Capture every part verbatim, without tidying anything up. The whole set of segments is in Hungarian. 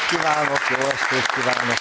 kívánok, jó estét kívánok!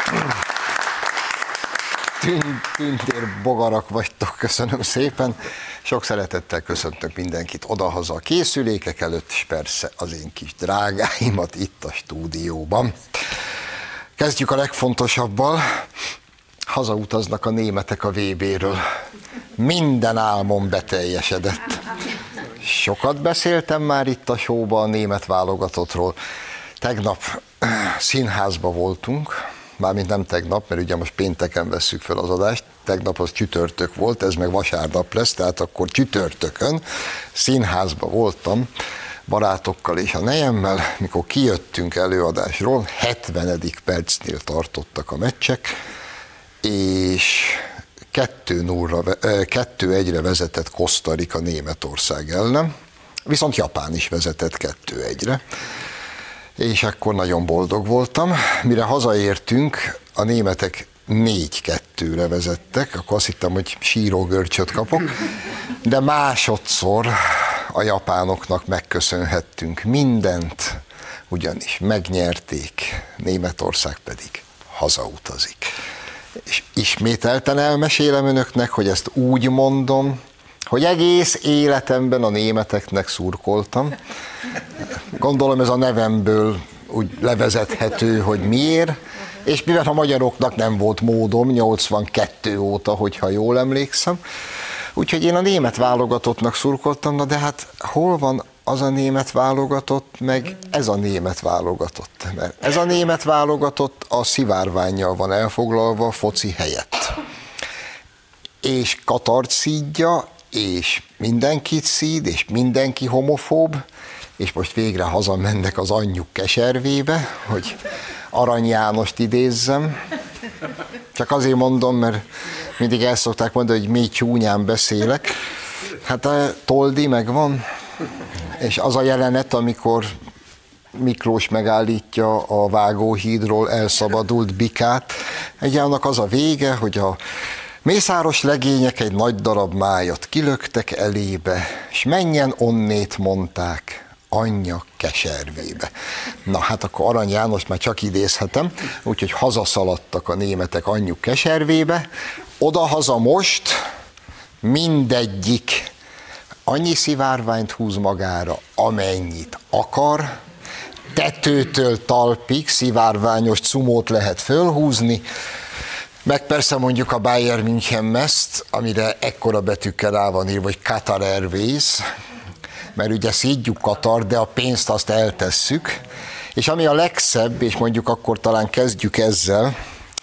Tündér bogarak vagytok, köszönöm szépen. Sok szeretettel köszöntök mindenkit odahaza a készülékek előtt, és persze az én kis drágáimat itt a stúdióban. Kezdjük a legfontosabbal. Hazautaznak a németek a vé béről. Minden álmom beteljesedett. Sokat beszéltem már itt a showban a német válogatottról. Tegnap színházba voltunk, mármint nem tegnap, mert ugye most pénteken vesszük fel az adást, tegnap az csütörtök volt, ez meg vasárnap lesz, tehát akkor csütörtökön színházba voltam barátokkal és a nejemmel, mikor kijöttünk előadásról, hetvenedik percnél tartottak a meccsek, és kettő egyre vezetett Costa Rica Németország ellen, viszont Japán is vezetett kettő egyre. És akkor nagyon boldog voltam. Mire hazaértünk, a németek négy kettőre vezettek, akkor azt hittem, hogy sírógörcsöt kapok, de másodszor a japánoknak megköszönhettünk mindent, ugyanis megnyerték, Németország pedig hazautazik. És ismételten elmesélem önöknek, hogy ezt úgy mondom, hogy egész életemben a németeknek szurkoltam. Gondolom ez a nevemből úgy levezethető, hogy miért, és mivel a magyaroknak nem volt módom nyolcvankettő óta, hogyha jól emlékszem, úgyhogy én a német válogatottnak szurkoltam, na de hát hol van az a német válogatott, meg ez a német válogatott? Mert ez a német válogatott a szivárvánnyal van elfoglalva a foci helyett. És Katart szídja, és mindenkit szíd, és mindenki homofób, és most végre hazamennek az anyjuk keservébe, hogy Arany Jánost idézzem. Csak azért mondom, mert mindig el szokták mondani, hogy mi csúnyán beszélek. Hát a Toldi megvan, és az a jelenet, amikor Miklós megállítja a vágóhídról elszabadult bikát, egy annak az a vége, hogy a mészáros legények egy nagy darab májat kilöktek elébe, és menjen onnét mondták, anyja keservébe. Na hát akkor Arany Jánost már csak idézhetem, úgyhogy hazaszaladtak a németek anyjuk keservébe, odahaza most mindegyik annyi szivárványt húz magára, amennyit akar, tetőtől talpig szivárványos cumót lehet fölhúzni, meg persze mondjuk a Bayern München Mest, amire ekkora betűkkel rá van írva, hogy Qatar Airways, mert ugye szídjuk Katar, de a pénzt azt eltesszük, és ami a legszebb, és mondjuk akkor talán kezdjük ezzel,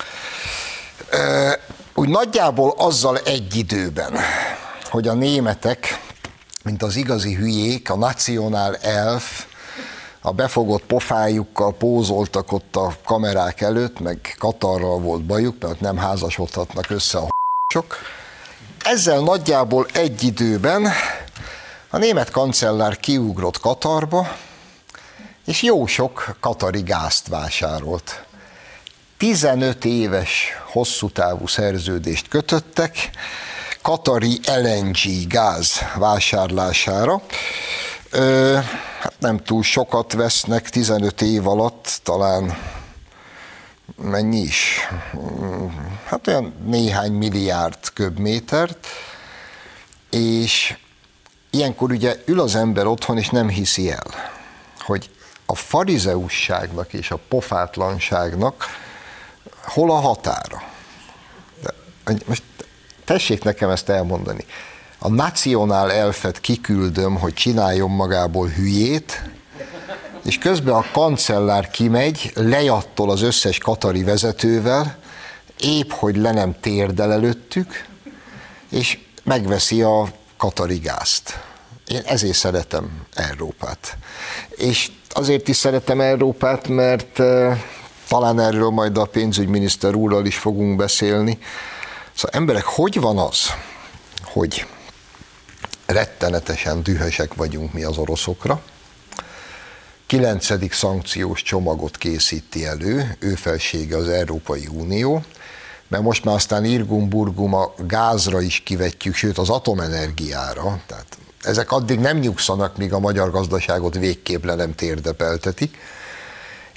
úgy nagyjából azzal egy időben, hogy a németek, mint az igazi hülyék, a National Elf, a befogott pofájukkal pózoltak ott a kamerák előtt, meg Katarral volt bajuk, mert nem házasodhatnak össze a h***sok. Ezzel nagyjából egy időben a német kancellár kiugrott Katarba, és jó sok katari gázt vásárolt. tizenöt éves hosszú távú szerződést kötöttek katari el en gé gáz vásárlására. Ö, hát nem túl sokat vesznek tizenöt év alatt, talán mennyi is? Hát olyan néhány milliárd köbmétert, és ilyenkor ugye ül az ember otthon, és nem hiszi el, hogy a farizeusságnak és a pofátlanságnak hol a határa. De most tessék nekem ezt elmondani. A National Elfet kiküldöm, hogy csináljon magából hülyét, és közben a kancellár kimegy, lejattol az összes katari vezetővel, épp hogy le nem térdel előttük, és megveszi a katari gázt. Én ezért szeretem Európát. És azért is szeretem Európát, mert uh, talán erről majd a pénzügyminiszter úrral is fogunk beszélni. Szóval emberek, hogy van az, hogy rettenetesen dühösek vagyunk mi az oroszokra, kilencedik szankciós csomagot készíti elő, ő felsége az Európai Unió, mert most már aztán irgum-burgum a gázra is kivetjük, sőt az atomenergiára, tehát ezek addig nem nyugszanak, míg a magyar gazdaságot végképp le nem térdepeltetik,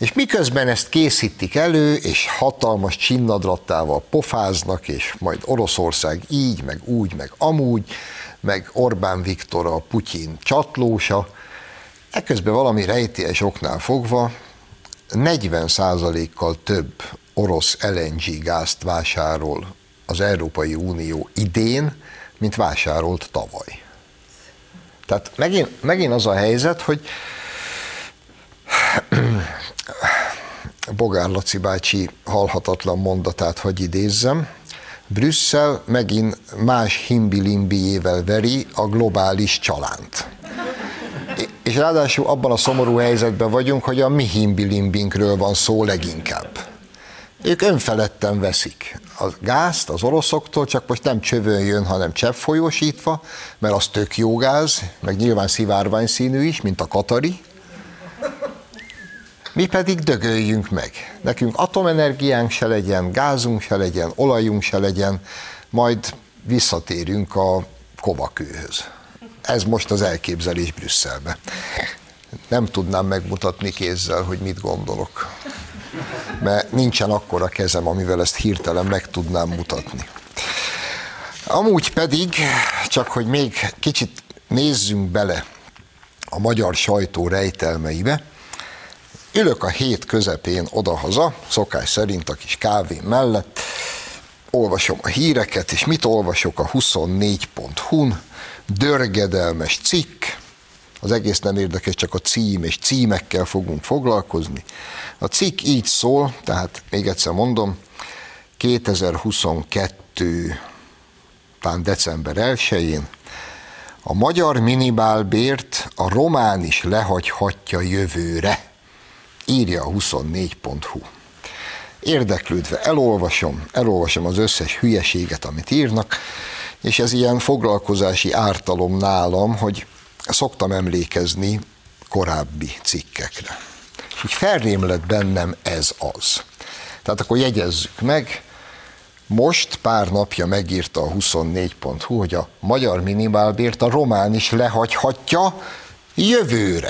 És miközben ezt készítik elő, és hatalmas csinnadrattával pofáznak, és majd Oroszország így, meg úgy, meg amúgy, meg Orbán Viktor a Putyin csatlósa, ekközben valami rejtélyes oknál fogva negyven százalékkal több orosz el en gé gázt vásárol az Európai Unió idén, mint vásárolt tavaly. Tehát megint, megint az a helyzet, hogy Bogár Laci bácsi halhatatlan mondatát hagy idézzem, Brüsszel megint más himbilimbijével veri a globális csalánt. És ráadásul abban a szomorú helyzetben vagyunk, hogy a mi himbilimbinkről van szó leginkább. Ők önfeledten veszik a gázt az oroszoktól, csak most nem csövön jön, hanem cseppfolyósítva, mert az tök jó gáz, meg nyilván szivárvány színű is, mint a katari. Mi pedig dögöljünk meg. Nekünk atomenergiánk se legyen, gázunk se legyen, olajunk se legyen, majd visszatérünk a kovakőhöz. Ez most az elképzelés Brüsszelbe. Nem tudnám megmutatni kézzel, hogy mit gondolok. Mert nincsen akkora kezem, amivel ezt hirtelen meg tudnám mutatni. Amúgy pedig, csak hogy még kicsit nézzünk bele a magyar sajtó rejtelmeibe, ülök a hét közepén odahaza, szokás szerint a kis kávé mellett, olvasom a híreket, és mit olvasok a huszonnégy pont hu-n, dörgedelmes cikk, az egész nem érdekes, csak a cím és címekkel fogunk foglalkozni. A cikk így szól, tehát még egyszer mondom, kétezer-huszonkettő talán december elsején a magyar minimálbért a román is lehagyhatja jövőre, írja a huszonnégy pont hu. Érdeklődve elolvasom, elolvasom az összes hülyeséget, amit írnak, és ez ilyen foglalkozási ártalom nálam, hogy szoktam emlékezni korábbi cikkekre. És így felrém lett bennem ez az. Tehát akkor jegyezzük meg, most pár napja megírta a huszonnégy pont hu, hogy a magyar minimálbért a román is lehagyhatja jövőre.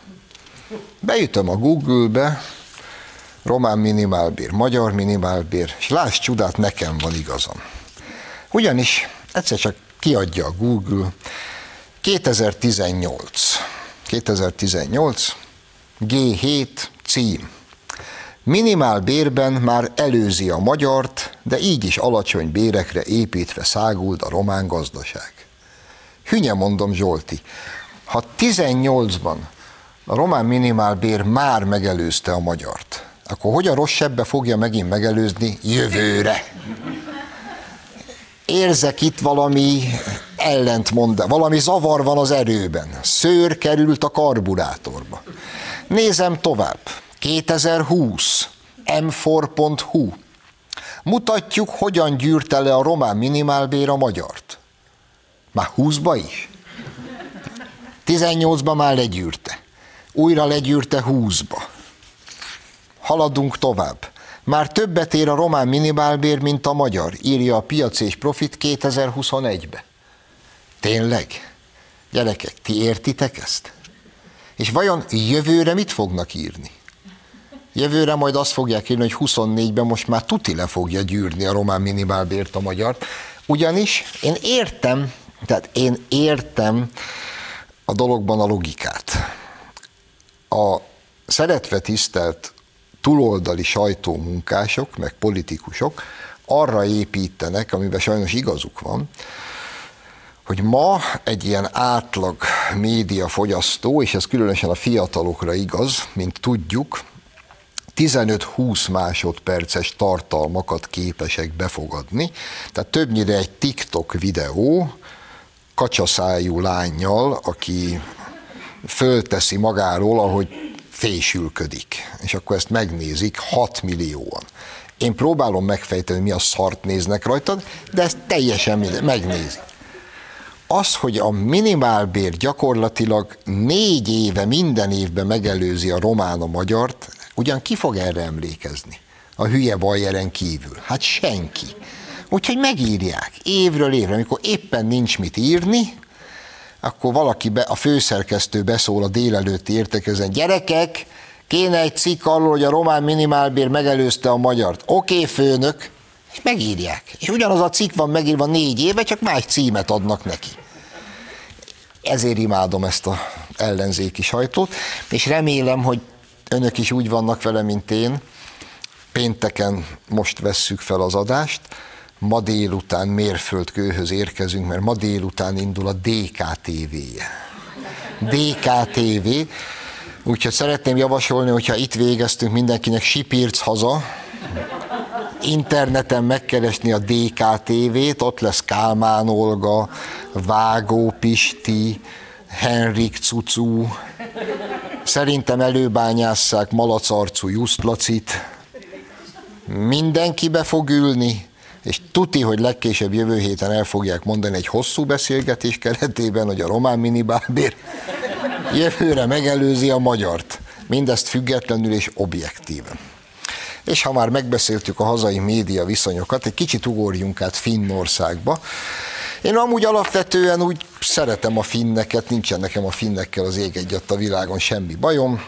Beütöm a Google-be, román minimálbér, magyar minimálbér, és láss csodát, nekem van igazam. Ugyanis egyszer csak kiadja a Google, kétezer-tizennyolc, kétezer-tizennyolc, gé hét cím. Minimálbérben már előzi a magyart, de így is alacsony bérekre építve száguld a román gazdaság. Hülye mondom, Zsolti, ha tizennyolcban a román minimálbér már megelőzte a magyart, akkor hogy a rossz sebbe fogja megint megelőzni jövőre? Érzek itt valami ellentmondás, valami zavar van az erőben. Szőr került a karburátorba. Nézem tovább. kétezer-húsz, em négy pont hu. Mutatjuk, hogyan gyűrte le a román minimálbér a magyart. Már húszba is? tizennyolcban már legyűrte. Újra legyűrte húszba. Haladunk tovább. Már többet ér a román minimálbér, mint a magyar, írja a Piac és Profit kétezer-huszonegybe. Tényleg? Gyerekek, ti értitek ezt? És vajon jövőre mit fognak írni? Jövőre majd azt fogják írni, hogy huszonnégyben most már tuti le fogja gyűrni a román minimálbért a magyart. Ugyanis én értem, tehát én értem a dologban a logikát. A szeretve tisztelt túloldali sajtómunkások, meg politikusok arra építenek, amiben sajnos igazuk van, hogy ma egy ilyen átlag médiafogyasztó, és ez különösen a fiatalokra igaz, mint tudjuk, tizenöt-húsz másodperces tartalmakat képesek befogadni, tehát többnyire egy TikTok videó kacsaszájú lánnyal, aki fölteszi magáról, ahogy fésülködik, és akkor ezt megnézik hat millióan. Én próbálom megfejteni, mi a szart néznek rajtad, de ezt teljesen megnézik. Az, hogy a minimálbér gyakorlatilag négy éve, minden évben megelőzi a román a magyart, ugyan ki fog erre emlékezni? A hülye Bajeren kívül. Hát senki. Úgyhogy megírják évről évre, amikor éppen nincs mit írni, akkor valaki, be, a főszerkesztő beszól a délelőtti értekezőn, gyerekek, Kéne egy cikk arról, hogy a román minimálbér megelőzte a magyart. Oké, okay, főnök, és megírják. És ugyanaz a cikk van megírva négy éve, csak más címet adnak neki. Ezért imádom ezt az ellenzéki sajtót, és remélem, hogy önök is úgy vannak vele, mint én. Pénteken most vesszük fel az adást, ma délután mérföldkőhöz érkezünk, mert ma délután indul a dé ká té vé-je. dé ká té vé, úgyhogy szeretném javasolni, hogyha itt végeztünk, mindenkinek sipírc haza, interneten megkeresni a dé ká té vét, ott lesz Kálmán Olga, Vágó Pisti, Henrik Cucu, szerintem előbányásszák Malacarcú Just Lacit, mindenki be fog ülni, és tuti, hogy legkésőbb jövő héten el fogják mondani egy hosszú beszélgetés keretében, hogy a román minimálbér jövőre megelőzi a magyart. Mindezt függetlenül és objektíven. És ha már megbeszéltük a hazai média viszonyokat, egy kicsit ugorjunk át Finnországba. Én amúgy alapvetően úgy szeretem a finneket, nincsen nekem a finnekkel az ég egyatt a világon semmi bajom.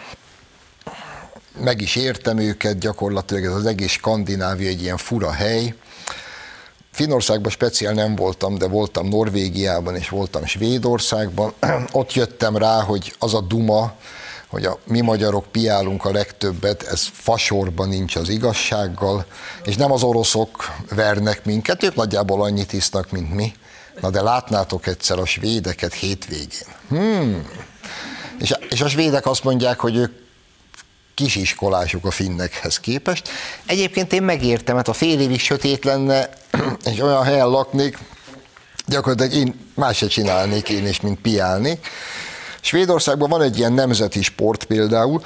Meg is értem őket, gyakorlatilag ez az egész Skandinávia egy ilyen fura hely. Finnországban speciál nem voltam, de voltam Norvégiában és voltam Svédországban. Ott jöttem rá, hogy az a duma, hogy a mi magyarok piálunk a legtöbbet, ez fasorban nincs az igazsággal, és nem az oroszok vernek minket, ők nagyjából annyit isznak, mint mi. Na de látnátok egyszer a svédeket hétvégén. Hmm. És, a, és a svédek azt mondják, hogy ők kisiskolások a finnekhez képest. Egyébként én megértem, hát a fél évig sötét lenne, és olyan helyen laknék, gyakorlatilag én más se csinálnék én is, mint piálnék. Svédországban van egy ilyen nemzeti sport például,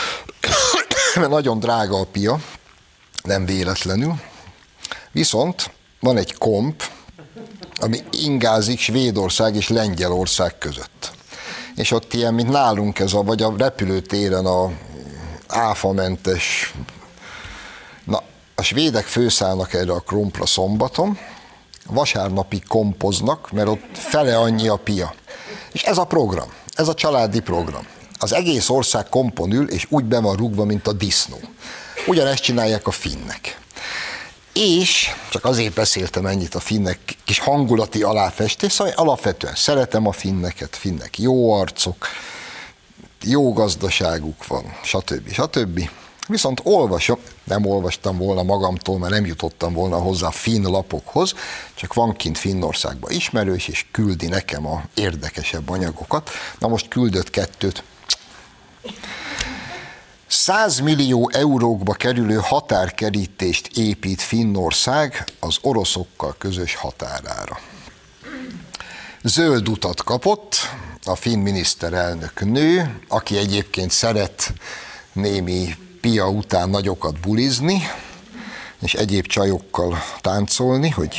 mert nagyon drága a pia, nem véletlenül, viszont van egy komp, ami ingázik Svédország és Lengyelország között. És ott ilyen, mint nálunk ez a, vagy a repülőtéren a áfamentes, na, a svédek főszállnak erre a krompra szombaton, vasárnapig kompoznak, mert ott fele annyi a pia. És ez a program, ez a családi program. Az egész ország kompon ül, és úgy be van rúgva, mint a disznó. Ugyanezt csinálják a finnek. És, csak azért beszéltem ennyit a finnek kis hangulati aláfestés, szóval alapvetően szeretem a finneket, finnek jó arcok, jó gazdaságuk van, stb. stb. Viszont olvasom, nem olvastam volna magamtól, mert nem jutottam volna hozzá a finn lapokhoz, csak van kint Finnországban ismerős, és küldi nekem a érdekesebb anyagokat. Na most küldött kettőt. száz millió eurókba kerülő határkerítést épít Finnország az oroszokkal közös határára. Zöld utat kapott a finn miniszterelnök nő, aki egyébként szeret némi pia után nagyokat bulizni, és egyéb csajokkal táncolni, hogy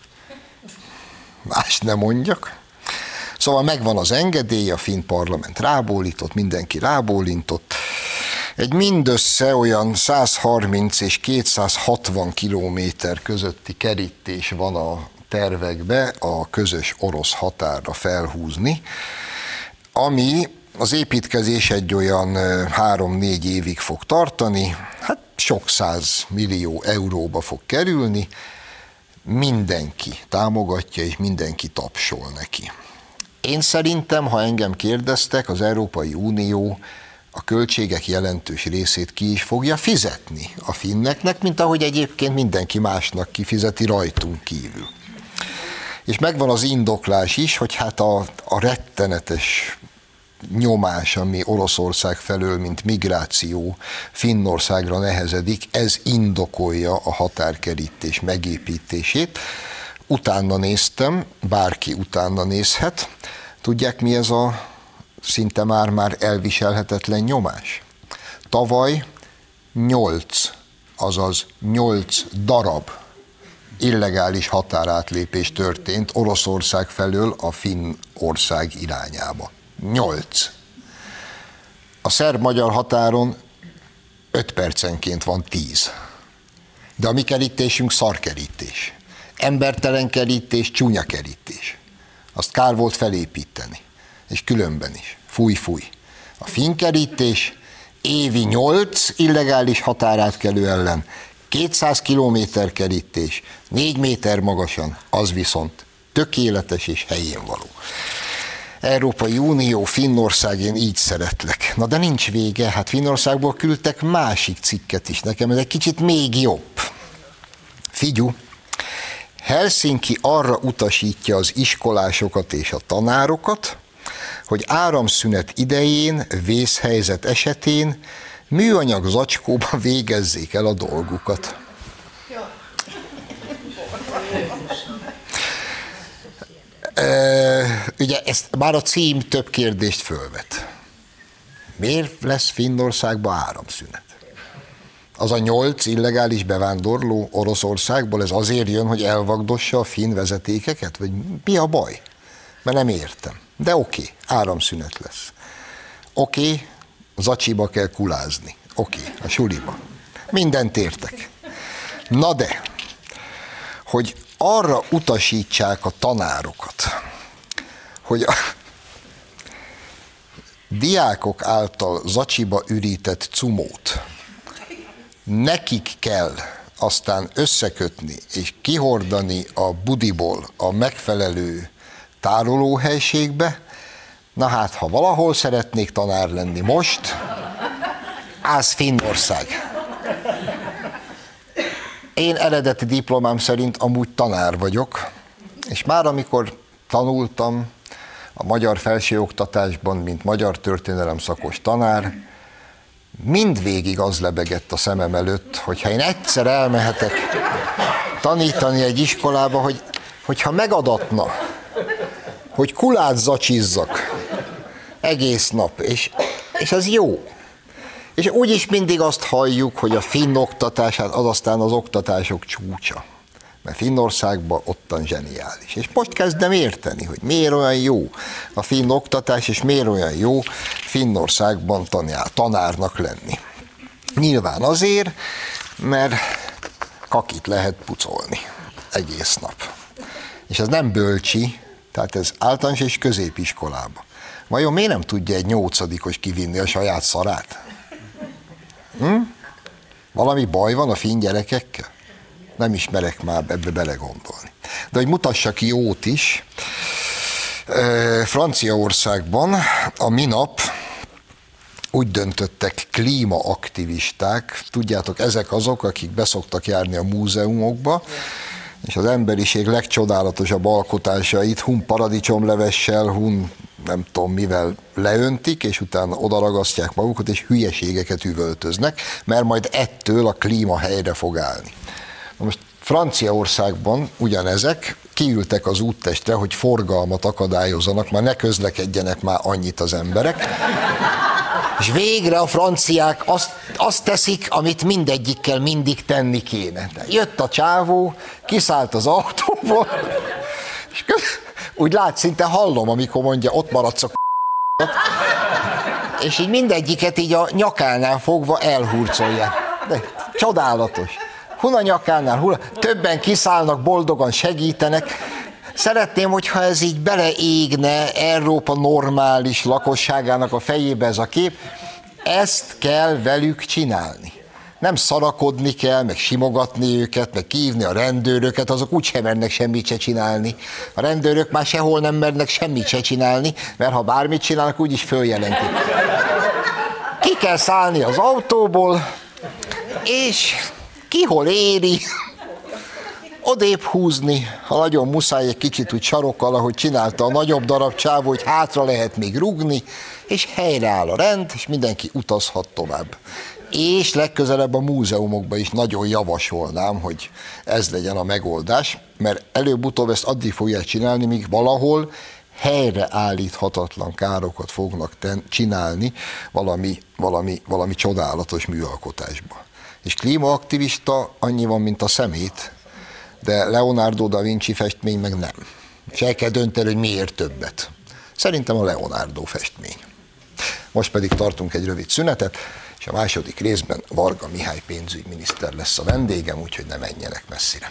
más nem mondjak. Szóval megvan az engedély, a finn parlament rábólintott, mindenki rábólintott. Egy mindössze olyan száz harminc és kétszázhatvan kilométer közötti kerítés van a tervekbe a közös orosz határra felhúzni, ami az építkezés egy olyan három-négy évig fog tartani, hát sok száz millió euróba fog kerülni, mindenki támogatja és mindenki tapsol neki. Én szerintem, ha engem kérdeztek, az Európai Unió a költségek jelentős részét ki is fogja fizetni a finneknek, mint ahogy egyébként mindenki másnak kifizeti rajtunk kívül. És megvan az indoklás is, hogy hát a, a rettenetes nyomás, ami Oroszország felől, mint migráció Finnországra nehezedik, ez indokolja a határkerítés megépítését. Utána néztem, bárki utána nézhet. Tudják, mi ez a szinte már-már elviselhetetlen nyomás? Tavaly nyolc, azaz nyolc darab illegális határátlépés történt Oroszország felől a Finnország irányába. Nyolc. A szerb-magyar határon öt percenként van tíz. De a mi kerítésünk szarkerítés. Embertelen kerítés, csúnya kerítés. Azt kár volt felépíteni. És különben is. Fúj, fúj. A finn kerítés évi nyolc illegális határátkelő ellen, kétszáz kilométer kerítés, négy méter magasan, az viszont tökéletes és helyén való. Európai Unió, Finnország, én így szeretlek. Na de nincs vége, hát Finnországból küldtek másik cikket is nekem, ez egy kicsit még jobb. Figyú, Helsinki arra utasítja az iskolásokat és a tanárokat, hogy áramszünet idején, vészhelyzet esetén műanyag zacskóba végezzék el a dolgukat. E, ugye ezt már a cím több kérdést fölvet. Miért lesz Finnországban áramszünet? Az a nyolc illegális bevándorló Oroszországból, ez azért jön, hogy elvagdossa a finn vezetékeket? Vagy mi a baj? Mert nem értem. De oké, okay, áramszünet lesz. Oké, okay, zacsiba kell kulázni. Oké, okay, a suliba. Mindent értek. Na de, hogy arra utasítsák a tanárokat, hogy a diákok által zacsiba ürített cumót nekik kell aztán összekötni és kihordani a budiból a megfelelő tárolóhelységbe, na hát, ha valahol szeretnék tanár lenni most, az Finnország. Én eredeti diplomám szerint amúgy tanár vagyok, és már amikor tanultam a magyar felsőoktatásban, mint magyar történelem szakos tanár, mindvégig az lebegett a szemem előtt, hogyha én egyszer elmehetek tanítani egy iskolába, hogy, hogyha megadatna, hogy kulát zacsizzak egész nap, és, és ez jó. És úgyis mindig azt halljuk, hogy a finn oktatás, hát az aztán az oktatások csúcsa. Mert Finnországban ottan zseniális. És most kezdem érteni, hogy miért olyan jó a finn oktatás, és miért olyan jó Finnországban tanár, tanárnak lenni. Nyilván azért, mert kakit lehet pucolni egész nap. És ez nem bölcsi, tehát ez általános és középiskolában. Vajon miért nem tudja egy nyolcadikos kivinni a saját szarát? Hm? Valami baj van a finn gyerekekkel? Nem ismerek már ebbe belegondolni. De hogy mutassak jót is, Franciaországban a minap úgy döntöttek klímaaktivisták, tudjátok, ezek azok, akik beszoktak járni a múzeumokba, és az emberiség legcsodálatosabb alkotásait hun paradicsomlevessel, hun nem tudom mivel leöntik, és utána odaragasztják magukat, és hülyeségeket üvöltöznek, mert majd ettől a klíma helyre fog állni. Na most Franciaországban ugyanezek kiültek az úttestre, hogy forgalmat akadályozzanak, már ne közlekedjenek már annyit az emberek, és végre a franciák azt, azt teszik, amit mindegyikkel mindig tenni kéne. Jött a csávó, kiszállt az autóból, és köz, úgy lát, szinte hallom, amikor mondja, ott maradsz a és így mindegyiket így a nyakánál fogva elhurcolja. De csodálatos. Hun a nyakánál, hun, többen kiszállnak, boldogan segítenek. Szeretném, hogyha ez így beleégne Európa normális lakosságának a fejébe ez a kép. Ezt kell velük csinálni. Nem szarakodni kell, meg simogatni őket, meg kihívni a rendőröket, azok úgysem mernek semmit se csinálni. A rendőrök már sehol nem mernek semmit se csinálni, mert ha bármit csinálnak, úgyis följelentik. Ki kell szállni az autóból, és ki hol éri, odébb húzni, ha nagyon muszáj, egy kicsit úgy sarokkal, ahogy csinálta a nagyobb darab csávó, hogy hátra lehet még rugni, és helyreáll a rend, és mindenki utazhat tovább. És legközelebb a múzeumokban is nagyon javasolnám, hogy ez legyen a megoldás, mert előbb-utóbb ezt addig fogják csinálni, míg valahol helyreállíthatatlan károkat fognak ten- csinálni valami, valami, valami csodálatos műalkotásban. És klímaaktivista annyi van, mint a szemét, de Leonardo da Vinci festmény meg nem. És el kell dönteni, hogy miért többet. Szerintem a Leonardo festmény. Most pedig tartunk egy rövid szünetet, és a második részben Varga Mihály pénzügyminiszter lesz a vendégem, úgyhogy ne menjenek messzire.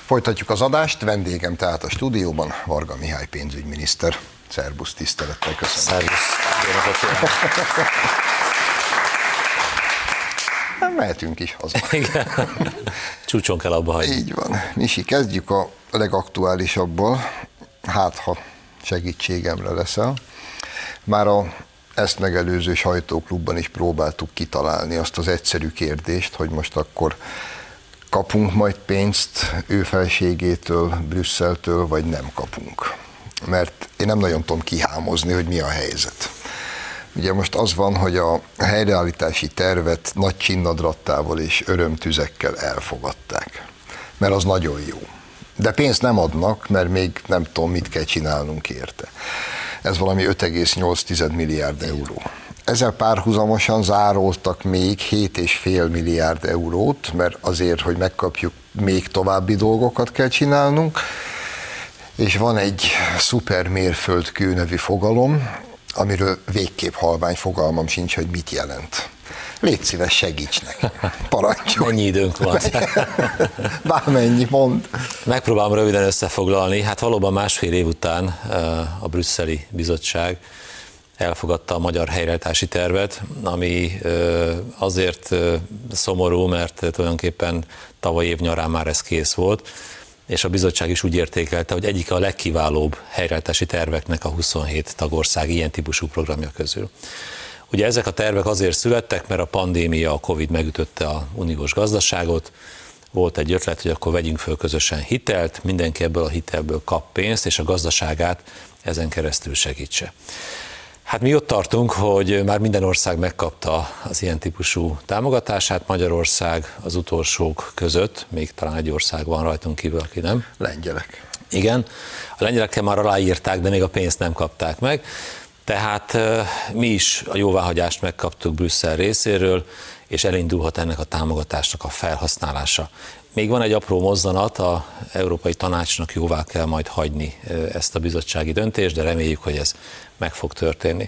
Folytatjuk az adást, vendégem tehát a stúdióban Varga Mihály pénzügyminiszter. Szerbusz, tisztelettel köszönöm. Szervusz. Mehetünk is haza. Igen. Csúcson kell abba hagyni. Így van. Misi, kezdjük a legaktuálisabból. Hát, ha segítségemre leszel. Már a ezt megelőző sajtóklubban is próbáltuk kitalálni azt az egyszerű kérdést, hogy most akkor kapunk majd pénzt ő felségétől, Brüsszeltől, vagy nem kapunk. Mert én nem nagyon tudom kihámozni, hogy mi a helyzet. Ugye most az van, hogy a helyreállítási tervet nagy csinnadrattával és örömtüzekkel elfogadták. Mert az nagyon jó. De pénzt nem adnak, mert még nem tudom, mit kell csinálnunk érte. Ez valami öt egész nyolc milliárd euró. Ezzel párhuzamosan zároltak még hét egész öt milliárd eurót, mert azért, hogy megkapjuk, még további dolgokat kell csinálnunk, és van egy szuper mérföldkő nevű fogalom, amiről végképp halvány fogalmam sincs, hogy mit jelent. Légy szíves, segíts neki. Parancsolj. Mennyi időnk van? Bármennyi, mond. Megpróbálom röviden összefoglalni. Hát valóban másfél év után a brüsszeli bizottság elfogadta a magyar helyreállítási tervet, ami azért szomorú, mert tulajdonképpen tavaly év nyarán már ez kész volt, és a bizottság is úgy értékelte, hogy egyik a legkiválóbb helyreállítási terveknek a huszonhét tagország ilyen típusú programja közül. Ugye ezek a tervek azért születtek, mert a pandémia, a Covid megütötte a uniós gazdaságot, volt egy ötlet, hogy akkor vegyünk föl közösen hitelt, mindenki ebből a hitelből kap pénzt, és a gazdaságát ezen keresztül segítse. Hát mi ott tartunk, hogy már minden ország megkapta az ilyen típusú támogatását, Magyarország az utolsók között, még talán egy ország van rajtunk kívül, aki nem. Lengyelek. Igen, a lengyelekkel már aláírták, de még a pénzt nem kapták meg. Tehát mi is a jóváhagyást megkaptuk Brüsszel részéről, és elindulhat ennek a támogatásnak a felhasználása. Még van egy apró mozzanat, az Európai Tanácsnak jóvá kell majd hagyni ezt a bizottsági döntést, de reméljük, hogy ez meg fog történni.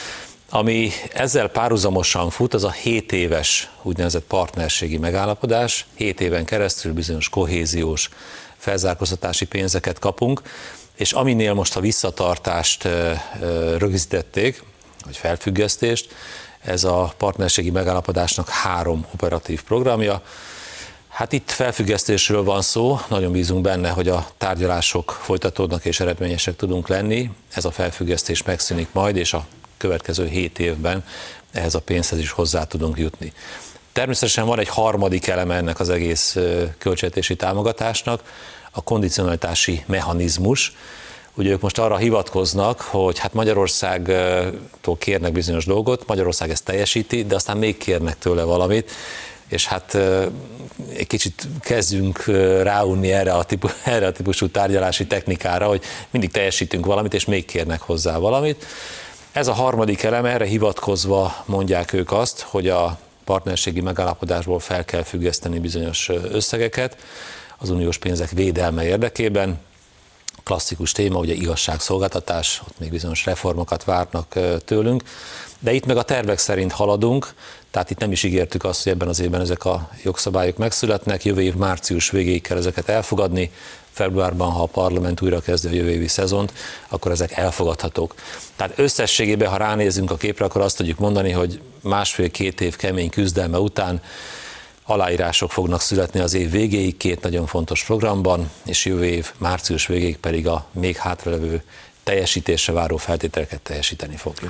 Ami ezzel párhuzamosan fut, az a hét éves úgynevezett partnerségi megállapodás. hét éven keresztül bizonyos kohéziós felzárkóztatási pénzeket kapunk, és aminél most a visszatartást rögzítették, vagy felfüggesztést, ez a partnerségi megállapodásnak három operatív programja. Hát itt felfüggesztésről van szó, nagyon bízunk benne, hogy a tárgyalások folytatódnak és eredményesek tudunk lenni. Ez a felfüggesztés megszűnik majd, és a következő hét évben ehhez a pénzhez is hozzá tudunk jutni. Természetesen van egy harmadik eleme ennek az egész költségvetési támogatásnak, a kondicionalitási mechanizmus. Ugye ők most arra hivatkoznak, hogy hát Magyarországtól kérnek bizonyos dolgot, Magyarország ezt teljesíti, de aztán még kérnek tőle valamit, és hát egy kicsit kezdjünk ráunni erre a, típus, erre a típusú tárgyalási technikára, hogy mindig teljesítünk valamit, és még kérnek hozzá valamit. Ez a harmadik elem, erre hivatkozva mondják ők azt, hogy a partnerségi megállapodásból fel kell függeszteni bizonyos összegeket az uniós pénzek védelme érdekében. Klasszikus téma, ugye igazságszolgáltatás, ott még bizonyos reformokat várnak tőlünk, de itt meg a tervek szerint haladunk, tehát itt nem is ígértük azt, hogy ebben az évben ezek a jogszabályok megszületnek, jövő év március végéig kell ezeket elfogadni, februárban, ha a parlament újra kezdi a jövő évi szezont, akkor ezek elfogadhatók. Tehát összességében, ha ránézünk a képre, akkor azt tudjuk mondani, hogy másfél-két év kemény küzdelme után aláírások fognak születni az év végéig két nagyon fontos programban, és jövő év március végéig pedig a még hátralevő teljesítésre váró feltételeket teljesíteni fogjuk.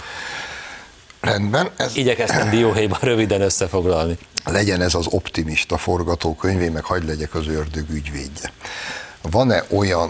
Rendben. Ez... Igyekeztem dióhéjban röviden összefoglalni. Legyen ez az optimista forgatókönyv, én meg hadd legyek az ördög ügyvédje. Van-e olyan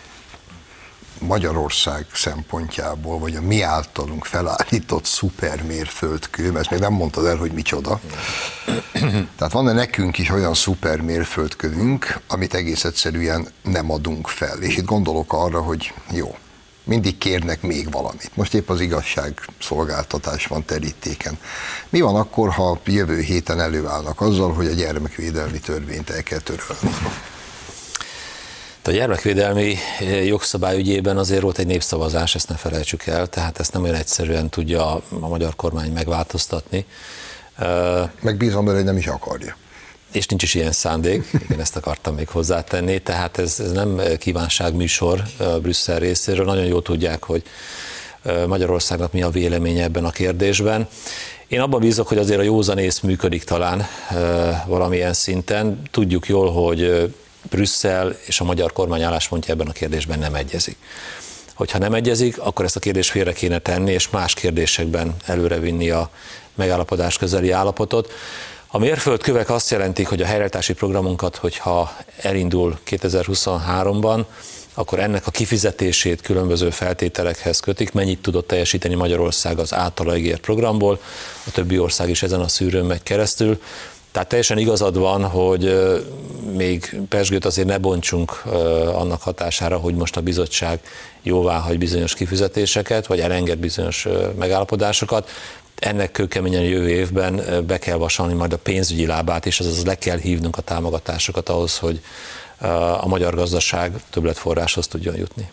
Magyarország szempontjából, vagy a mi általunk felállított szupermérföldkő, mert még nem mondtad el, hogy micsoda. Tehát van-e nekünk is olyan szupermérföldkövünk, amit egész egyszerűen nem adunk fel. És itt gondolok arra, hogy jó, mindig kérnek még valamit. Most épp az igazságszolgáltatás van terítéken. Mi van akkor, ha jövő héten előállnak azzal, hogy a gyermekvédelmi törvényt el kell törölni? A gyermekvédelmi jogszabály ügyében azért volt egy népszavazás, ezt ne felejtsük el, tehát ezt nem olyan egyszerűen tudja a magyar kormány megváltoztatni. Megbízom bele, hogy nem is akarja. és nincs is ilyen szándék, igen, ezt akartam még hozzátenni, tehát ez, ez nem kívánságműsor Brüsszel részéről, nagyon jól tudják, hogy Magyarországnak mi a véleménye ebben a kérdésben. Én abban bízok, hogy azért a józanész működik talán valamilyen szinten. Tudjuk jól, hogy Brüsszel és a magyar kormány álláspontja ebben a kérdésben nem egyezik. Hogyha nem egyezik, akkor ezt a kérdést félre kéne tenni, és más kérdésekben előrevinni a megállapodás közeli állapotot. A mérföldkövek azt jelentik, hogy a helyreállítási programunkat, hogyha elindul kétezer-huszonháromban, akkor ennek a kifizetését különböző feltételekhez kötik, mennyit tudott teljesíteni Magyarország az általa ígért programból, a többi ország is ezen a szűrőn megy keresztül. Tehát teljesen igazad van, hogy még pezsgőt azért ne bontsunk annak hatására, hogy most a bizottság jóvá hagy bizonyos kifizetéseket, vagy elenged bizonyos megállapodásokat. Ennek kőkeményen jövő évben be kell vasalni majd a pénzügyi lábát, és azaz le kell hívnunk a támogatásokat ahhoz, hogy a magyar gazdaság többletforráshoz tudjon jutni.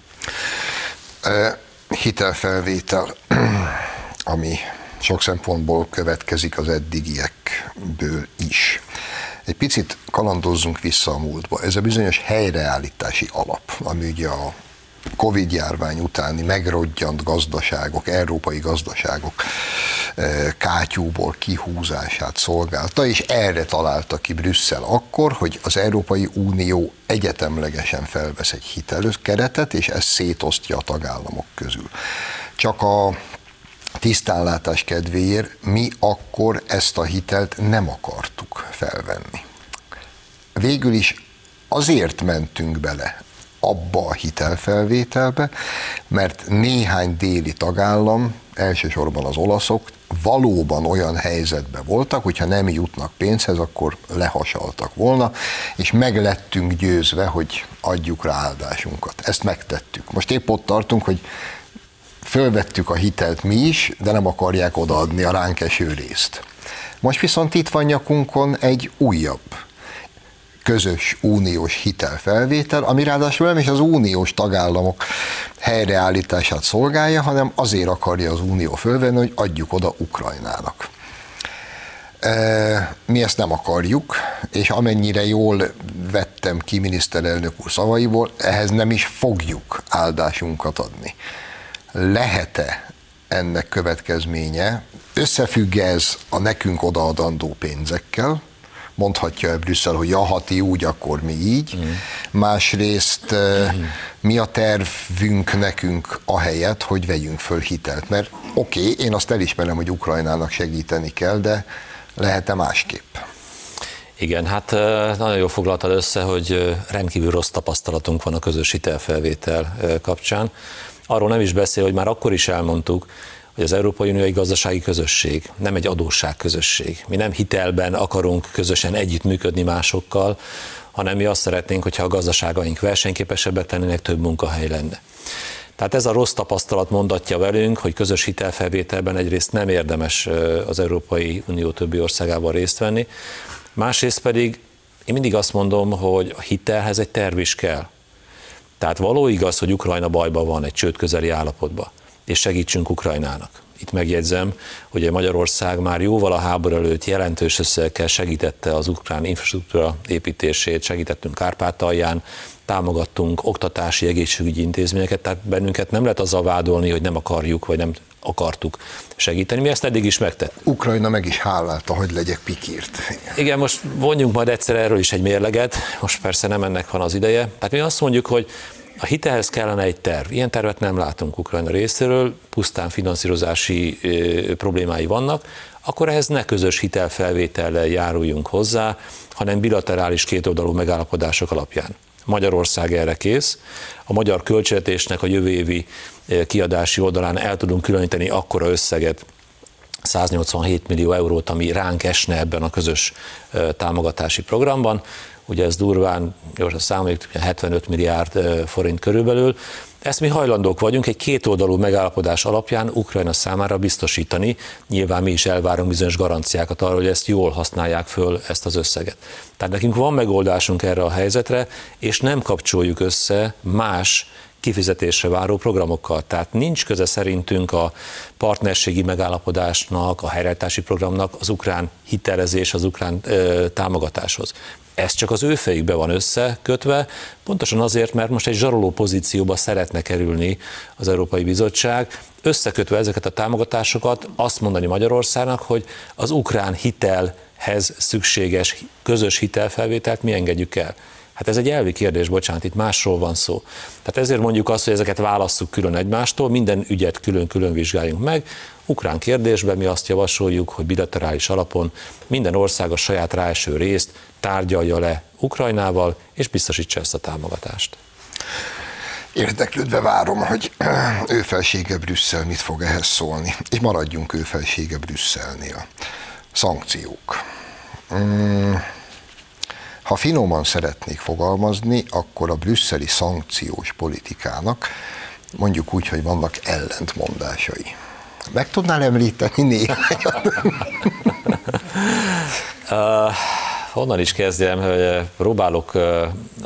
Hitelfelvétel, ami sok szempontból következik az eddigiekből is. Egy picit kalandozzunk vissza a múltba. Ez a bizonyos helyreállítási alap, ami ugye a Covid-járvány utáni megrodjant gazdaságok, európai gazdaságok kátyúból kihúzását szolgálta, és erre találta ki Brüsszel akkor, hogy az Európai Unió egyetemlegesen felvesz egy hitelkeretet, és ezt szétosztja a tagállamok közül. Csak a tisztánlátás kedvéért mi akkor ezt a hitelt nem akartuk felvenni. Végül is azért mentünk bele abba a hitelfelvételbe, mert néhány déli tagállam, elsősorban az olaszok, valóban olyan helyzetben voltak, hogyha nem jutnak pénzhez, akkor lehasaltak volna, és meg lettünk győzve, hogy adjuk rá áldásunkat. Ezt megtettük. Most épp ott tartunk, hogy fölvettük a hitelt mi is, de nem akarják odaadni a ránk eső részt. Most viszont itt van nyakunkon egy újabb közös uniós hitelfelvétel, ami ráadásul nem is az uniós tagállamok helyreállítását szolgálja, hanem azért akarja az unió fölvenni, hogy adjuk oda Ukrajnának. Mi ezt nem akarjuk, és amennyire jól vettem ki miniszterelnök úr szavaiból, ehhez nem is fogjuk áldásunkat adni. Lehet-e ennek következménye? Összefügg ez a nekünk odaadandó pénzekkel? Mondhatja Brüsszel, hogy ja, ha ti úgy, akkor mi így. Mm. Másrészt mm. mi a tervünk nekünk ahelyett, hogy vegyünk föl hitelt? Mert oké, okay, én azt elismerem, hogy Ukrajnának segíteni kell, de lehet-e másképp? Igen, hát nagyon jól foglaltad össze, hogy rendkívül rossz tapasztalatunk van a közös hitelfelvétel kapcsán. Arról nem is beszél, hogy már akkor is elmondtuk, hogy az Európai Unió egy gazdasági közösség, nem egy adósságközösség. Mi nem hitelben akarunk közösen együttműködni másokkal, hanem mi azt szeretnénk, hogyha a gazdaságaink versenyképesebbek lennének, több munkahely lenne. Tehát ez a rossz tapasztalat mondatja velünk, hogy közös hitelfelvételben egyrészt nem érdemes az Európai Unió többi országában részt venni, másrészt pedig én mindig azt mondom, hogy a hitelhez egy terv is kell. Tehát való igaz, hogy Ukrajna bajban van, egy csőd közeli állapotban, és segítsünk Ukrajnának. Itt megjegyzem, hogy Magyarország már jóval a háború előtt jelentős összeggel segítette az ukrán infrastruktúra építését, segítettünk Kárpátalján, támogattunk oktatási, egészségügyi intézményeket, tehát bennünket nem lehet azzal vádolni, hogy nem akarjuk, vagy nem akartuk segíteni. Mi ezt eddig is megtettük. Ukrajna meg is hálálta, hogy legyek pikírt. Igen, most vonjunk majd egyszer erről is egy mérleget, most persze nem ennek van az ideje. Tehát mi azt mondjuk, hogy a hitelhez kellene egy terv. Ilyen tervet nem látunk Ukrajna részéről, pusztán finanszírozási ö, problémái vannak, akkor ehhez ne közös hitelfelvétellel járuljunk hozzá, hanem bilaterális kétoldalú megállapodások alapján. Magyarország erre kész. A magyar költségvetésnek a jövő évi kiadási oldalán el tudunk különíteni akkora összeget, száznyolcvanhét millió eurót, ami ránk esne ebben a közös támogatási programban. Ugye ez durván, gyorsan számoljuk, hetvenöt milliárd forint körülbelül. Ezt mi hajlandók vagyunk egy kétoldalú megállapodás alapján Ukrajna számára biztosítani. Nyilván mi is elvárunk bizonyos garanciákat arra, hogy ezt jól használják föl, ezt az összeget. Tehát nekünk van megoldásunk erre a helyzetre, és nem kapcsoljuk össze más kifizetésre váró programokkal. Tehát nincs köze szerintünk a partnerségi megállapodásnak, a helyreállítási programnak az ukrán hitelezés, az ukrán ö, támogatáshoz. Ez csak az ő fejükbe van összekötve, pontosan azért, mert most egy zsaroló pozícióba szeretne kerülni az Európai Bizottság, összekötve ezeket a támogatásokat azt mondani Magyarországnak, hogy az ukrán hitelhez szükséges közös hitelfelvételt mi engedjük el. Hát ez egy elvi kérdés, bocsánat, itt másról van szó. Tehát ezért mondjuk azt, hogy ezeket válasszuk külön egymástól, minden ügyet külön-külön vizsgáljunk meg. Ukrán kérdésben mi azt javasoljuk, hogy bilaterális alapon minden ország a saját ráeső részt tárgyalja le Ukrajnával, és biztosítsa ezt a támogatást. Érdeklődve várom, hogy ő felsége Brüsszel mit fog ehhez szólni. És maradjunk ő felsége Brüsszelnél. Szankciók. Hmm. Ha finoman szeretnék fogalmazni, akkor a brüsszeli szankciós politikának mondjuk úgy, hogy vannak ellentmondásai. Meg tudnál említeni néhányat? uh, honnan is kezdjem, hogy próbálok uh,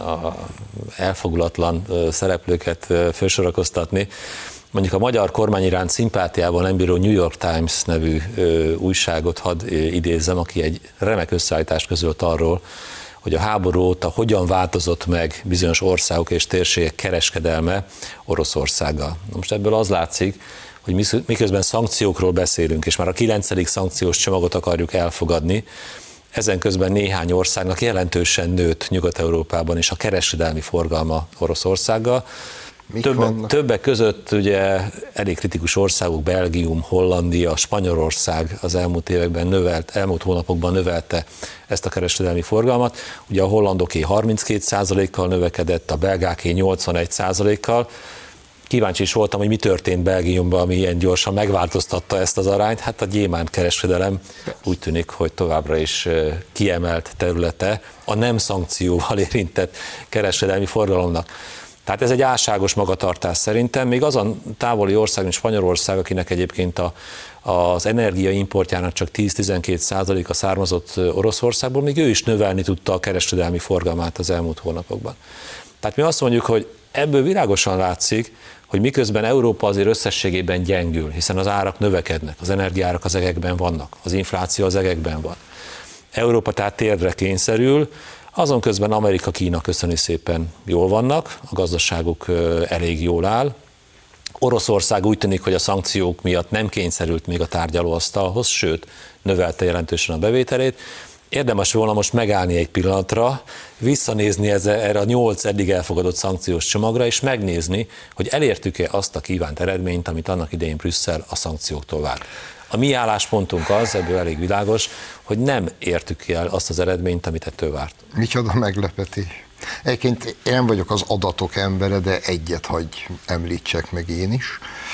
elfogulatlan uh, szereplőket uh, felsorakoztatni. Mondjuk a magyar kormány iránt szimpátiával nem bíró New York Times nevű uh, újságot hadd uh, idézzem, aki egy remek összeállítást közölt arról, hogy a háború óta hogyan változott meg bizonyos országok és térségek kereskedelme Oroszországgal. Most ebből az látszik, hogy miközben szankciókról beszélünk, és már a kilencedik szankciós csomagot akarjuk elfogadni, ezen közben néhány országnak jelentősen nőtt Nyugat-Európában is a kereskedelmi forgalma Oroszországgal. Többek, többek között ugye elég kritikus országok, Belgium, Hollandia, Spanyolország az elmúlt években növelt, elmúlt hónapokban növelte ezt a kereskedelmi forgalmat. Ugye a hollandoké harminckét százalékkal növekedett, a belgáké nyolcvanegy százalékkal. Kíváncsi is voltam, hogy mi történt Belgiumban, ami ilyen gyorsan megváltoztatta ezt az arányt. Hát a gyémánt kereskedelem úgy tűnik, hogy továbbra is kiemelt területe a nem szankcióval érintett kereskedelmi forgalomnak. Tehát ez egy álságos magatartás szerintem, még azon távoli ország, mint Spanyolország, akinek egyébként a, az energiaimportjának csak tíz-tizenkét százaléka származott Oroszországból, még ő is növelni tudta a kereskedelmi forgalmát az elmúlt hónapokban. Tehát mi azt mondjuk, hogy ebből világosan látszik, hogy miközben Európa azért összességében gyengül, hiszen az árak növekednek, az energiaárak az egekben vannak, az infláció az egekben van. Európa tehát térdre kényszerül, azon közben Amerika, Kína köszöni szépen jól vannak, a gazdaságuk elég jól áll. Oroszország úgy tűnik, hogy a szankciók miatt nem kényszerült még a tárgyalóasztalhoz, sőt, növelte jelentősen a bevételét. Érdemes volna most megállni egy pillanatra, visszanézni erre a nyolc eddig elfogadott szankciós csomagra, és megnézni, hogy elértük-e azt a kívánt eredményt, amit annak idején Brüsszel a szankcióktól vár. A mi álláspontunk az, ebből elég világos, hogy nem értük el azt az eredményt, amit ettől várt. Micsoda meglepetés. Egyébként én nem vagyok az adatok embere, de egyet hagy említsek meg én is.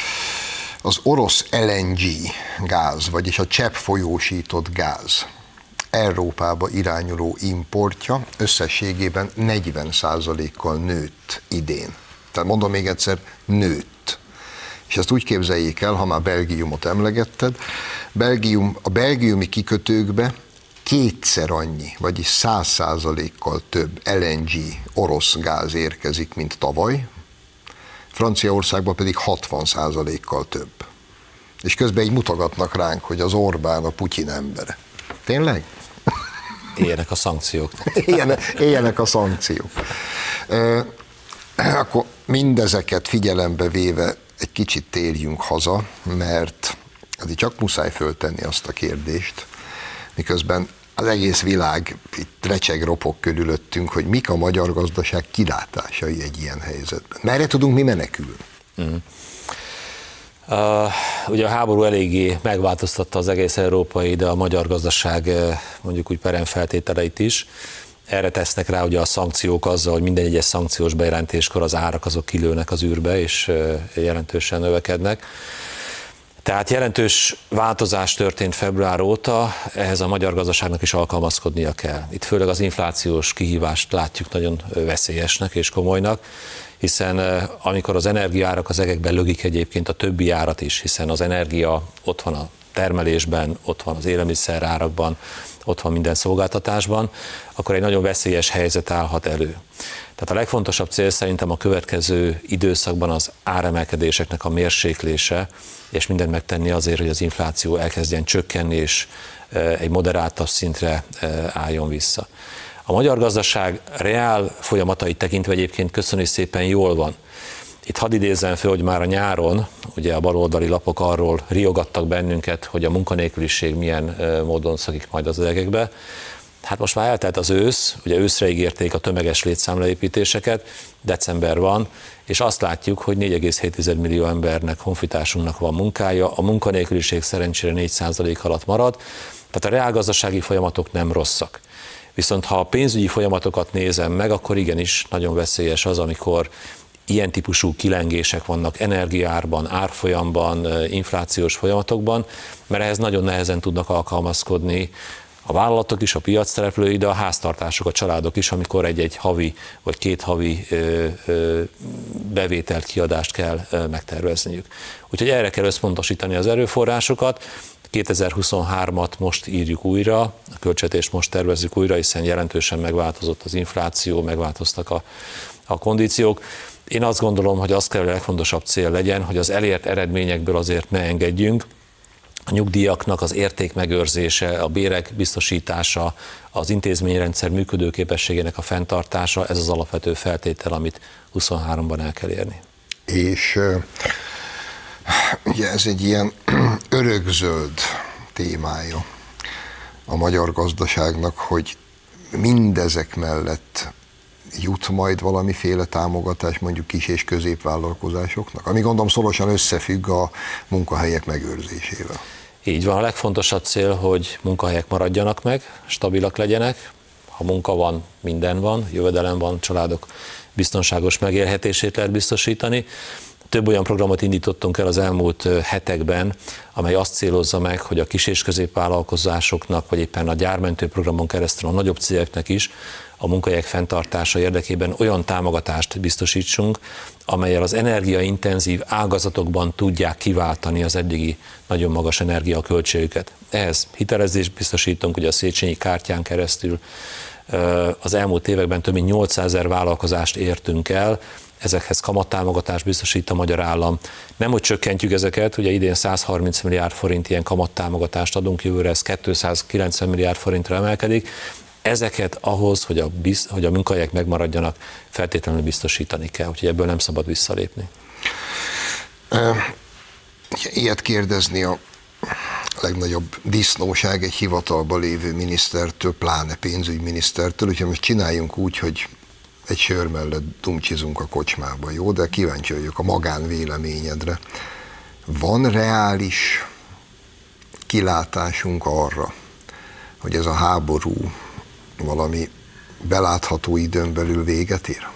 Az orosz el en gé gáz, vagyis a cseppfolyósított gáz Európába irányuló importja összességében negyven százalékkal nőtt idén. Tehát mondom még egyszer, nőtt. És ezt úgy képzeljék el, ha már Belgiumot emlegetted, Belgium, a belgiumi kikötőkbe kétszer annyi, vagyis száz százalékkal több el en gé orosz gáz érkezik, mint tavaly, Franciaországban pedig hatvan százalékkal több. És közben így mutogatnak ránk, hogy az Orbán a Putyin embere. Tényleg? Éljenek a szankciók. Éljenek a szankciók. E, akkor mindezeket figyelembe véve egy kicsit térjünk haza, mert azért csak muszáj föltenni azt a kérdést, miközben az egész világ itt recseg ropog körülöttünk, hogy mik a magyar gazdaság kilátásai egy ilyen helyzetben. Merre tudunk mi menekülni? Mm. Uh, ugye a háború eléggé megváltoztatta az egész európai, de a magyar gazdaság mondjuk úgy peremfeltételeit is. Erre tesznek rá ugye a szankciók azzal, hogy minden egyes szankciós bejelentéskor az árak azok kilőnek az űrbe, és jelentősen növekednek. Tehát jelentős változás történt február óta, ehhez a magyar gazdaságnak is alkalmazkodnia kell. Itt főleg az inflációs kihívást látjuk nagyon veszélyesnek és komolynak, hiszen amikor az energiaárak az egekben lögik egyébként a többi árat is, hiszen az energia ott van a termelésben, ott van az élelmiszerárakban, ott van minden szolgáltatásban, akkor egy nagyon veszélyes helyzet állhat elő. Tehát a legfontosabb cél szerintem a következő időszakban az áremelkedéseknek a mérséklése, és mindent megtenni azért, hogy az infláció elkezdjen csökkenni, és egy moderáltabb szintre álljon vissza. A magyar gazdaság reál folyamatait tekintve egyébként köszönjük szépen jól van. Itt hadd idézzem fel, hogy már a nyáron, ugye a baloldali lapok arról riogattak bennünket, hogy a munkanélküliség milyen módon szakik majd az öregekbe. Hát most már eltelt az ősz, ugye őszre ígérték a tömeges létszámleépítéseket, december van, és azt látjuk, hogy négy egész hét millió embernek, honfitársunknak van munkája, a munkanélküliség szerencsére négy százalék alatt marad, tehát a reálgazdasági folyamatok nem rosszak. Viszont ha a pénzügyi folyamatokat nézem meg, akkor igenis nagyon veszélyes az, amikor ilyen típusú kilengések vannak energiaárban, árfolyamban, inflációs folyamatokban, mert ehhez nagyon nehezen tudnak alkalmazkodni a vállalatok is, a piac szereplői, de a háztartások, a családok is, amikor egy-egy havi vagy két havi ö, ö, bevételt, kiadást kell ö, megtervezniük. Úgyhogy erre kell összpontosítani az erőforrásokat. kétezer-huszonhármat most írjuk újra, a költségvetést most tervezzük újra, hiszen jelentősen megváltozott az infláció, megváltoztak a, a kondíciók. Én azt gondolom, hogy az kell, hogy a legfontosabb cél legyen, hogy az elért eredményekből azért ne engedjünk. A nyugdíjaknak az értékmegőrzése, a bérek biztosítása, az intézményrendszer működőképességének a fenntartása, ez az alapvető feltétel, amit huszonháromban el kell érni. És ugye ez egy ilyen örökzöld témája a magyar gazdaságnak, hogy mindezek mellett jut majd valamiféle támogatás mondjuk kis- és középvállalkozásoknak, ami gondolom szorosan összefügg a munkahelyek megőrzésével. Így van, a legfontosabb cél, hogy munkahelyek maradjanak meg, stabilak legyenek, ha munka van, minden van, jövedelem van, családok biztonságos megélhetését lehet biztosítani. Több olyan programot indítottunk el az elmúlt hetekben, amely azt célozza meg, hogy a kis- és középvállalkozásoknak, vagy éppen a gyármentő programon keresztül a nagyobb cégeknek is a munkahelyek fenntartása érdekében olyan támogatást biztosítsunk, amellyel az energiaintenzív ágazatokban tudják kiváltani az eddigi nagyon magas energiaköltségüket. Ehhez hitelezést biztosítunk, ugye a Széchenyi kártyán keresztül az elmúlt években több mint nyolcszázezer vállalkozást értünk el, ezekhez kamattámogatást biztosít a magyar állam. Nem, hogy csökkentjük ezeket, ugye idén százharminc milliárd forint ilyen kamattámogatást adunk, jövőre ez kétszázkilencven milliárd forintra emelkedik. Ezeket ahhoz, hogy a, biz, hogy a munkahelyek megmaradjanak, feltétlenül biztosítani kell, úgyhogy ebből nem szabad visszalépni. Ilyet kérdezni a legnagyobb disznóság egy hivatalban lévő minisztertől, pláne pénzügyminisztertől, úgyhogy most csináljunk úgy, hogy egy sör mellett dumcsizunk a kocsmába, jó? De kíváncsi vagyok a magánvéleményedre. Van reális kilátásunk arra, hogy ez a háború valami belátható időn belül véget ér?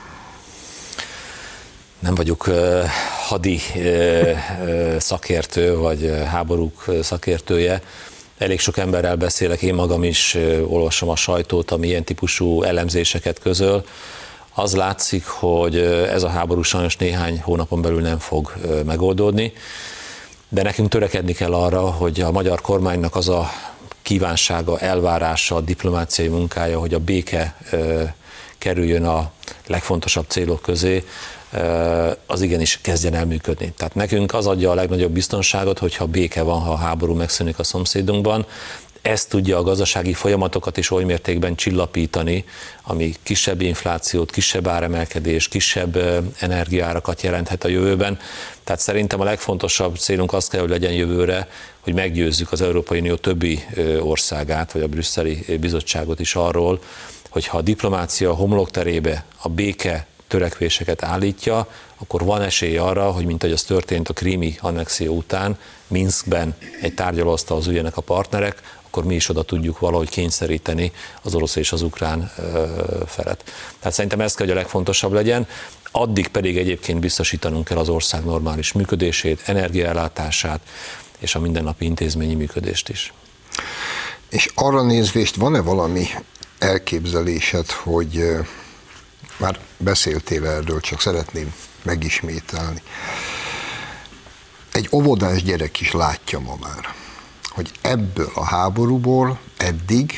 Nem vagyok uh, hadi uh, szakértő, vagy háborúk szakértője. Elég sok emberrel beszélek, én magam is uh, olvasom a sajtót, ami ilyen típusú elemzéseket közöl. Az látszik, hogy ez a háború sajnos néhány hónapon belül nem fog uh, megoldódni, de nekünk törekedni kell arra, hogy a magyar kormánynak az a kívánsága, elvárása, a diplomáciai munkája, hogy a béke uh, kerüljön a legfontosabb célok közé, az igenis kezdjen el működni. Tehát nekünk az adja a legnagyobb biztonságot, hogyha béke van, ha a háború megszűnik a szomszédunkban. Ez tudja a gazdasági folyamatokat is oly mértékben csillapítani, ami kisebb inflációt, kisebb áremelkedés, kisebb energiaárakat jelenthet a jövőben. Tehát szerintem a legfontosabb célunk az kell, hogy legyen jövőre, hogy meggyőzzük az Európai Unió többi országát, vagy a brüsszeli bizottságot is arról, hogy ha a diplomácia homlokterébe a béke törekvéseket állítja, akkor van esély arra, hogy mint ahogy az történt a krími annexió után, Minszkben egy tárgyalóasztalhoz üljenek a partnerek, akkor mi is oda tudjuk valahogy kényszeríteni az orosz és az ukrán felet. Tehát szerintem ez kell, hogy a legfontosabb legyen, addig pedig egyébként biztosítanunk kell az ország normális működését, energiaellátását és a mindennapi intézményi működést is. És arra nézvést van-e valami elképzelésed, hogy már beszéltél erről, csak szeretném megismételni. Egy óvodás gyerek is látja ma már, hogy ebből a háborúból eddig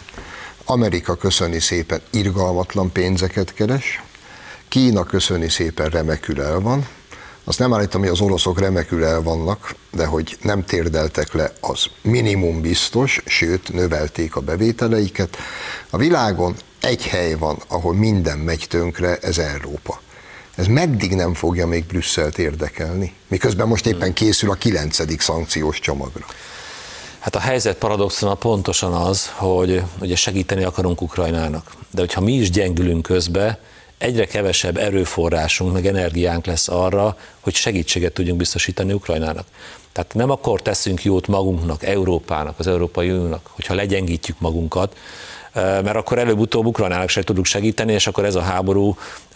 Amerika köszöni szépen irgalmatlan pénzeket keres, Kína köszöni szépen remekül el van. Azt nem állítom, hogy az oroszok remekül el vannak, de hogy nem térdeltek le, az minimum biztos, sőt, növelték a bevételeiket. A világon egy hely van, ahol minden megy tönkre, ez Európa. Ez meddig nem fogja még Brüsszelt érdekelni? Miközben most éppen készül a kilencedik szankciós csomagra. Hát a helyzet paradoxona pontosan az, hogy ugye segíteni akarunk Ukrajnának, de hogyha mi is gyengülünk közbe, egyre kevesebb erőforrásunk, meg energiánk lesz arra, hogy segítséget tudjunk biztosítani Ukrajnának. Tehát nem akkor teszünk jót magunknak, Európának, az Európai Uniónak, hogyha legyengítjük magunkat, mert akkor előbb-utóbb Ukrajnának se tudunk segíteni, és akkor ez a háború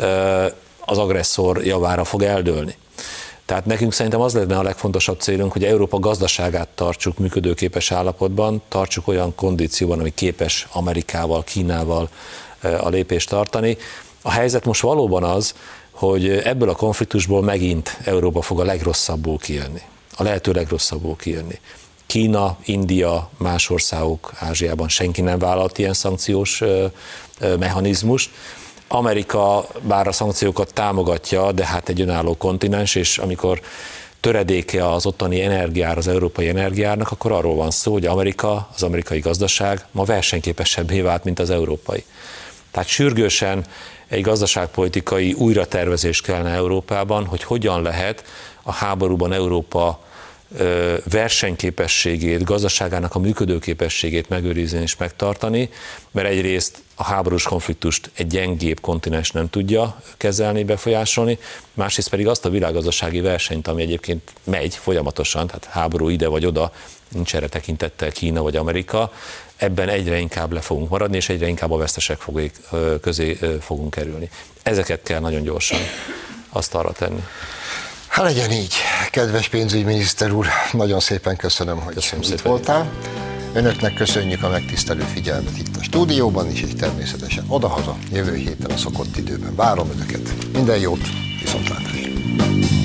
az agresszor javára fog eldőlni. Tehát nekünk szerintem az lenne a legfontosabb célunk, hogy Európa gazdaságát tartsuk működőképes állapotban, tartsuk olyan kondícióban, ami képes Amerikával, Kínával a lépést tartani. A helyzet most valóban az, hogy ebből a konfliktusból megint Európa fog a legrosszabbul kijönni. A lehető legrosszabbul kijönni. Kína, India, más országok Ázsiában senki nem vállalt ilyen szankciós mechanizmust. Amerika bár a szankciókat támogatja, de hát egy önálló kontinens, és amikor töredéke az ottani energiára, az európai energiának, akkor arról van szó, hogy Amerika, az amerikai gazdaság ma versenyképesebbé vált, mint az európai. Tehát sürgősen egy gazdaságpolitikai újratervezés kellene Európában, hogy hogyan lehet a háborúban Európa versenyképességét, gazdaságának a működőképességét megőrizni és megtartani, mert egyrészt a háborús konfliktust egy gyengébb kontinens nem tudja kezelni, befolyásolni, másrészt pedig azt a világgazdasági versenyt, ami egyébként megy folyamatosan, tehát háború ide vagy oda, nincs erre tekintettel Kína vagy Amerika, ebben egyre inkább le fogunk maradni, és egyre inkább a vesztesek közé fogunk kerülni. Ezeket kell nagyon gyorsan asztalra tenni. Hát legyen így, kedves pénzügyminiszter úr, nagyon szépen köszönöm, hogy köszönöm itt szépen voltál. Önöknek köszönjük a megtisztelő figyelmet itt a stúdióban is, és természetesen odahaza, jövő héten a szokott időben várom Önöket. Minden jót, viszontlátásra!